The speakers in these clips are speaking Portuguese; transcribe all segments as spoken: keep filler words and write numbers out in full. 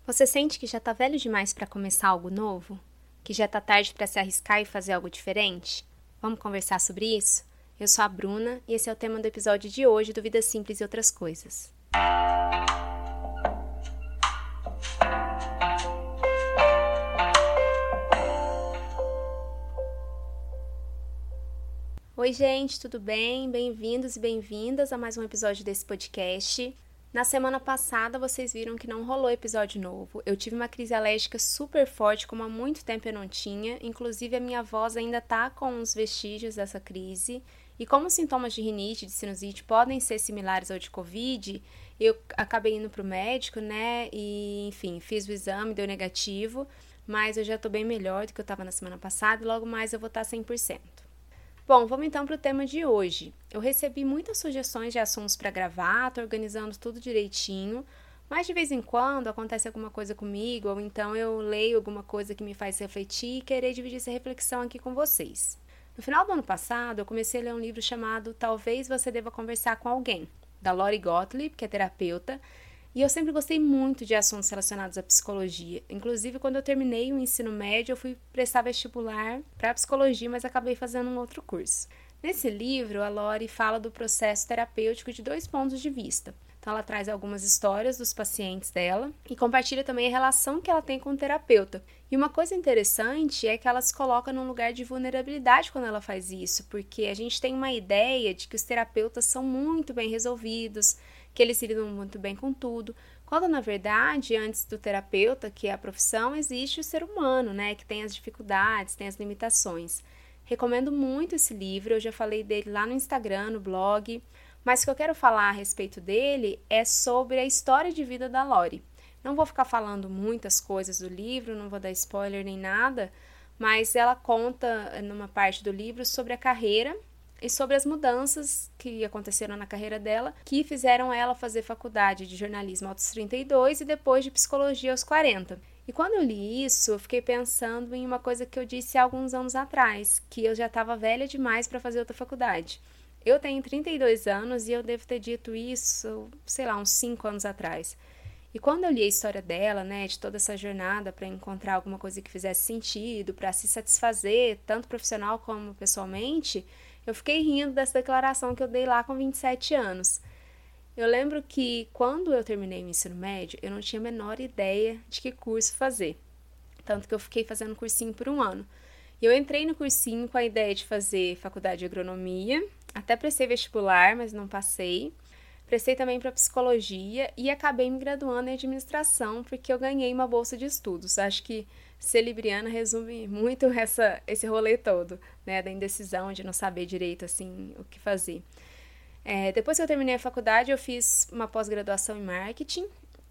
Você sente que já tá velho demais para começar algo novo? Que já tá tarde para se arriscar e fazer algo diferente? Vamos conversar sobre isso? Eu sou a Bruna e esse é o tema do episódio de hoje do Vida Simples e Outras Coisas. Oi, gente, tudo bem? Bem-vindos e bem-vindas a mais um episódio desse podcast. Na semana passada, vocês viram que não rolou episódio novo. Eu tive uma crise alérgica super forte, como há muito tempo eu não tinha. Inclusive, a minha voz ainda tá com os vestígios dessa crise. E como os sintomas de rinite e de sinusite podem ser similares ao de Covid, eu acabei indo pro médico, né? E, enfim, fiz o exame, deu negativo. Mas eu já tô bem melhor do que eu tava na semana passada e logo mais eu vou estar cem por cento. Bom, vamos então para o tema de hoje. Eu recebi muitas sugestões de assuntos para gravar, tô organizando tudo direitinho, mas de vez em quando acontece alguma coisa comigo, ou então eu leio alguma coisa que me faz refletir e querer dividir essa reflexão aqui com vocês. No final do ano passado, eu comecei a ler um livro chamado Talvez Você Deva Conversar com Alguém, da Lori Gottlieb, que é terapeuta, e eu sempre gostei muito de assuntos relacionados à psicologia. Inclusive, quando eu terminei o ensino médio, eu fui prestar vestibular para psicologia, mas acabei fazendo um outro curso. Nesse livro, a Lori fala do processo terapêutico de dois pontos de vista. Então, ela traz algumas histórias dos pacientes dela e compartilha também a relação que ela tem com o terapeuta. E uma coisa interessante é que ela se coloca num lugar de vulnerabilidade quando ela faz isso, porque a gente tem uma ideia de que os terapeutas são muito bem resolvidos, que eles se lidam muito bem com tudo, quando na verdade, antes do terapeuta, que é a profissão, existe o ser humano, né, que tem as dificuldades, tem as limitações. Recomendo muito esse livro, eu já falei dele lá no Instagram, no blog, mas o que eu quero falar a respeito dele é sobre a história de vida da Lori. Não vou ficar falando muitas coisas do livro, não vou dar spoiler nem nada, mas ela conta numa parte do livro sobre a carreira e sobre as mudanças que aconteceram na carreira dela, que fizeram ela fazer faculdade de jornalismo aos trinta e dois e depois de psicologia aos quarenta. E quando eu li isso, eu fiquei pensando em uma coisa que eu disse há alguns anos atrás, que eu já estava velha demais para fazer outra faculdade. Eu tenho trinta e dois anos e eu devo ter dito isso, sei lá, uns cinco anos atrás. E quando eu li a história dela, né, de toda essa jornada para encontrar alguma coisa que fizesse sentido, para se satisfazer, tanto profissional como pessoalmente, eu fiquei rindo dessa declaração que eu dei lá com vinte e sete anos. Eu lembro que quando eu terminei o ensino médio, eu não tinha a menor ideia de que curso fazer. Tanto que eu fiquei fazendo cursinho por um ano. E eu entrei no cursinho com a ideia de fazer faculdade de agronomia, até prestei vestibular, mas não passei. Prestei também para psicologia e acabei me graduando em administração porque eu ganhei uma bolsa de estudos. Acho que ser libriana resume muito essa, esse rolê todo, né, da indecisão, de não saber direito assim, o que fazer. É, depois que eu terminei a faculdade, eu fiz uma pós-graduação em marketing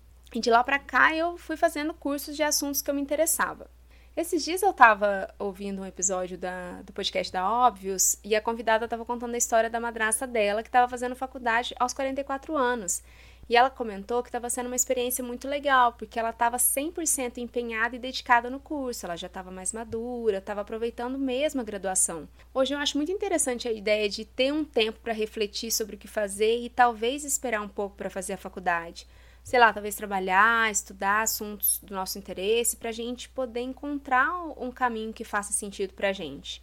e de lá para cá eu fui fazendo cursos de assuntos que eu me interessava. Esses dias eu estava ouvindo um episódio da, do podcast da Óbvios e a convidada estava contando a história da madrasta dela, que estava fazendo faculdade aos quarenta e quatro anos. E ela comentou que estava sendo uma experiência muito legal, porque ela estava cem por cento empenhada e dedicada no curso, ela já estava mais madura, estava aproveitando mesmo a graduação. Hoje eu acho muito interessante a ideia de ter um tempo para refletir sobre o que fazer e talvez esperar um pouco para fazer a faculdade. Sei lá, talvez trabalhar, estudar assuntos do nosso interesse para a gente poder encontrar um caminho que faça sentido para a gente.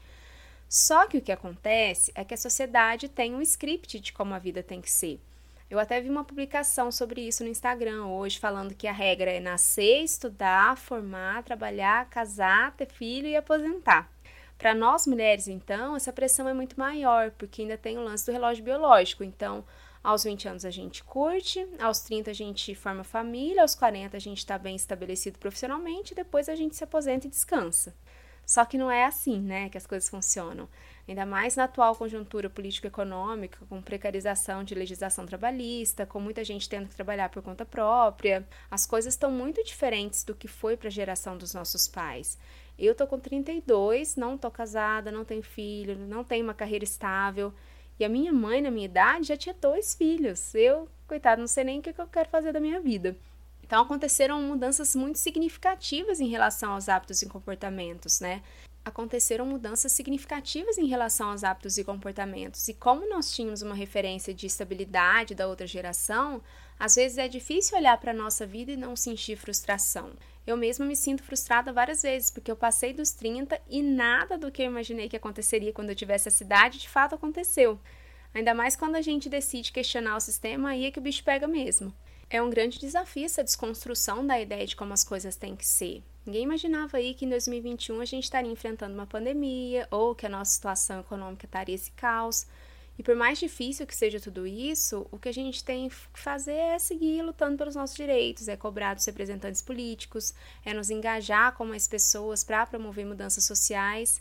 Só que o que acontece é que a sociedade tem um script de como a vida tem que ser. Eu até vi uma publicação sobre isso no Instagram hoje, falando que a regra é nascer, estudar, formar, trabalhar, casar, ter filho e aposentar. Para nós mulheres, então, essa pressão é muito maior, porque ainda tem o lance do relógio biológico. Então, aos vinte anos a gente curte, aos trinta a gente forma família, aos quarenta a gente está bem estabelecido profissionalmente, depois a gente se aposenta e descansa. Só que não é assim, né, que as coisas funcionam. Ainda mais na atual conjuntura político-econômica, com precarização de legislação trabalhista, com muita gente tendo que trabalhar por conta própria, as coisas estão muito diferentes do que foi para a geração dos nossos pais. Eu tô com trinta e dois, não tô casada, não tenho filho, não tenho uma carreira estável. E a minha mãe, na minha idade, já tinha dois filhos. Eu, coitada, não sei nem o que eu quero fazer da minha vida. Então, aconteceram mudanças muito significativas em relação aos hábitos e comportamentos, né? aconteceram mudanças significativas em relação aos hábitos e comportamentos. E como nós tínhamos uma referência de estabilidade da outra geração, às vezes é difícil olhar para a nossa vida e não sentir frustração. Eu mesma me sinto frustrada várias vezes, porque eu passei dos trinta e nada do que eu imaginei que aconteceria quando eu tivesse essa idade, de fato aconteceu. Ainda mais quando a gente decide questionar o sistema, aí é que o bicho pega mesmo. É um grande desafio essa desconstrução da ideia de como as coisas têm que ser. Ninguém imaginava aí que em dois mil e vinte e um a gente estaria enfrentando uma pandemia ou que a nossa situação econômica estaria esse caos. E por mais difícil que seja tudo isso, o que a gente tem que fazer é seguir lutando pelos nossos direitos, é cobrar dos representantes políticos, é nos engajar com mais pessoas para promover mudanças sociais.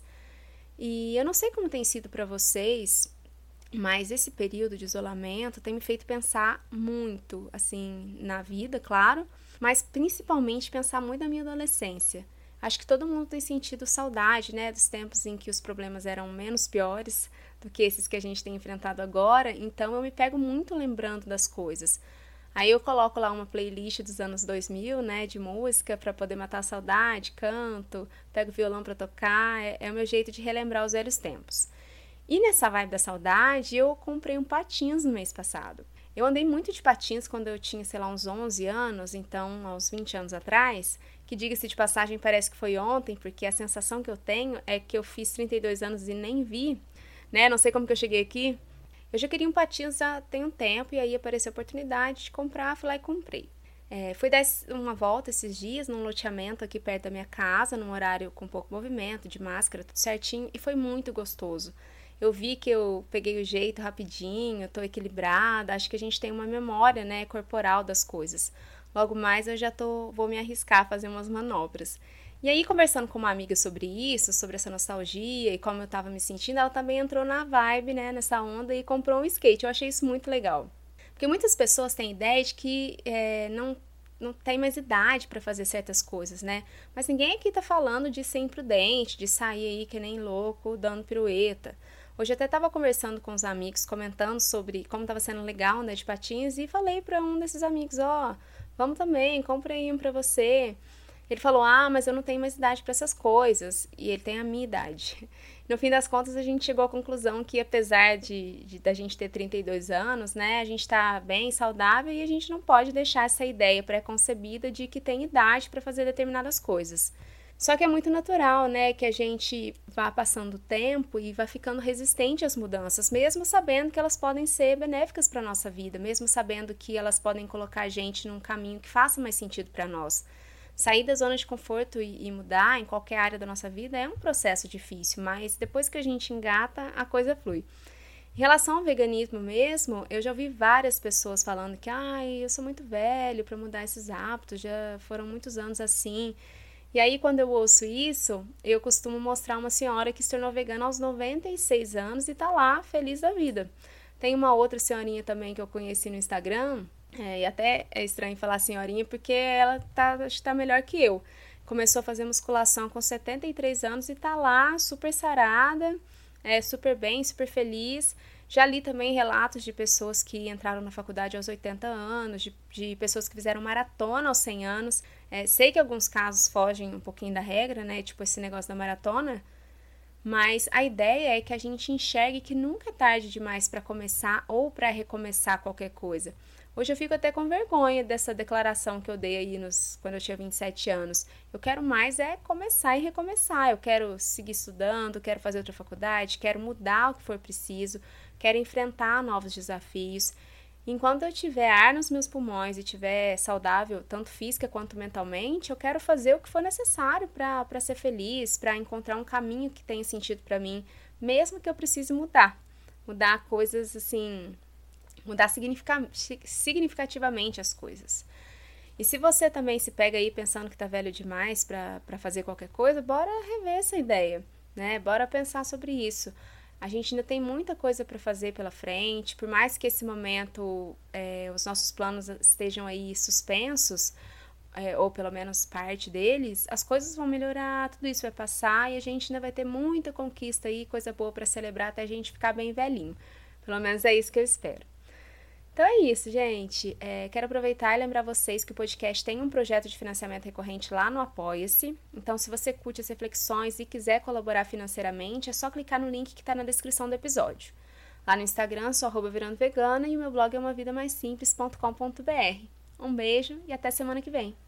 E eu não sei como tem sido para vocês, mas esse período de isolamento tem me feito pensar muito, assim, na vida, claro, mas principalmente pensar muito na minha adolescência. Acho que todo mundo tem sentido saudade, né, dos tempos em que os problemas eram menos piores do que esses que a gente tem enfrentado agora, então eu me pego muito lembrando das coisas. Aí eu coloco lá uma playlist dos anos dois mil, né, de música para poder matar a saudade, canto, pego o violão para tocar, é, é o meu jeito de relembrar os velhos tempos. E nessa vibe da saudade, eu comprei um patins no mês passado. Eu andei muito de patins quando eu tinha, sei lá, uns onze anos, então, há uns vinte anos atrás, que diga-se de passagem parece que foi ontem, porque a sensação que eu tenho é que eu fiz trinta e dois anos e nem vi, né? Não sei como que eu cheguei aqui. Eu já queria um patins já tem um tempo, e aí apareceu a oportunidade de comprar, fui lá e comprei. É, fui dar uma volta esses dias num loteamento aqui perto da minha casa, num horário com pouco movimento, de máscara, tudo certinho, e foi muito gostoso. Eu vi que eu peguei o jeito rapidinho, tô equilibrada, acho que a gente tem uma memória, né, corporal das coisas. Logo mais eu já tô, vou me arriscar a fazer umas manobras. E aí, conversando com uma amiga sobre isso, sobre essa nostalgia e como eu tava me sentindo, ela também entrou na vibe, né, nessa onda e comprou um skate. Eu achei isso muito legal. Porque muitas pessoas têm ideia de que é, não, não tem mais idade para fazer certas coisas, né? Mas ninguém aqui tá falando de ser imprudente, de sair aí que nem louco, dando pirueta. Hoje eu até estava conversando com os amigos, comentando sobre como estava sendo legal andar de patins e falei para um desses amigos, ó, oh, vamos também, comprei um para você. Ele falou, ah, mas eu não tenho mais idade para essas coisas, e ele tem a minha idade. No fim das contas, a gente chegou à conclusão que apesar de, de da gente ter trinta e dois anos, né, a gente está bem saudável e a gente não pode deixar essa ideia pré-concebida de que tem idade para fazer determinadas coisas. Só que é muito natural, né, que a gente vá passando o tempo e vá ficando resistente às mudanças, mesmo sabendo que elas podem ser benéficas para a nossa vida, mesmo sabendo que elas podem colocar a gente num caminho que faça mais sentido para nós. Sair da zona de conforto e, e mudar em qualquer área da nossa vida é um processo difícil, mas depois que a gente engata, a coisa flui. Em relação ao veganismo mesmo, eu já ouvi várias pessoas falando que ai, eu sou muito velho para mudar esses hábitos, já foram muitos anos assim. E aí, quando eu ouço isso, eu costumo mostrar uma senhora que se tornou vegana aos noventa e seis anos e tá lá, feliz da vida. Tem uma outra senhorinha também que eu conheci no Instagram, é, e até é estranho falar senhorinha, porque ela tá, acho que tá melhor que eu. Começou a fazer musculação com setenta e três anos e tá lá, super sarada, é, super bem, super feliz. Já li também relatos de pessoas que entraram na faculdade aos oitenta anos, de, de pessoas que fizeram maratona aos cem anos. É, sei que alguns casos fogem um pouquinho da regra, né? Tipo esse negócio da maratona. Mas a ideia é que a gente enxergue que nunca é tarde demais para começar ou para recomeçar qualquer coisa. Hoje eu fico até com vergonha dessa declaração que eu dei aí nos, quando eu tinha vinte e sete anos. Eu quero mais é começar e recomeçar. Eu quero seguir estudando, quero fazer outra faculdade, quero mudar o que for preciso, quero enfrentar novos desafios. Enquanto eu tiver ar nos meus pulmões e tiver saudável, tanto física quanto mentalmente, eu quero fazer o que for necessário para ser feliz, para encontrar um caminho que tenha sentido para mim, mesmo que eu precise mudar. Mudar coisas assim, mudar significa, significativamente as coisas. E se você também se pega aí pensando que tá velho demais para fazer qualquer coisa, bora rever essa ideia, né? Bora pensar sobre isso. A gente ainda tem muita coisa para fazer pela frente, por mais que esse momento é, os nossos planos estejam aí suspensos, é, ou pelo menos parte deles, as coisas vão melhorar, tudo isso vai passar e a gente ainda vai ter muita conquista aí, coisa boa para celebrar até a gente ficar bem velhinho. Pelo menos é isso que eu espero. Então é isso, gente. É, quero aproveitar e lembrar vocês que o podcast tem um projeto de financiamento recorrente lá no Apoia-se. Então, se você curte as reflexões e quiser colaborar financeiramente, é só clicar no link que está na descrição do episódio. Lá no Instagram, sou arroba virando vegana e o meu blog é uma vida mais simples ponto com ponto b r. Um beijo e até semana que vem.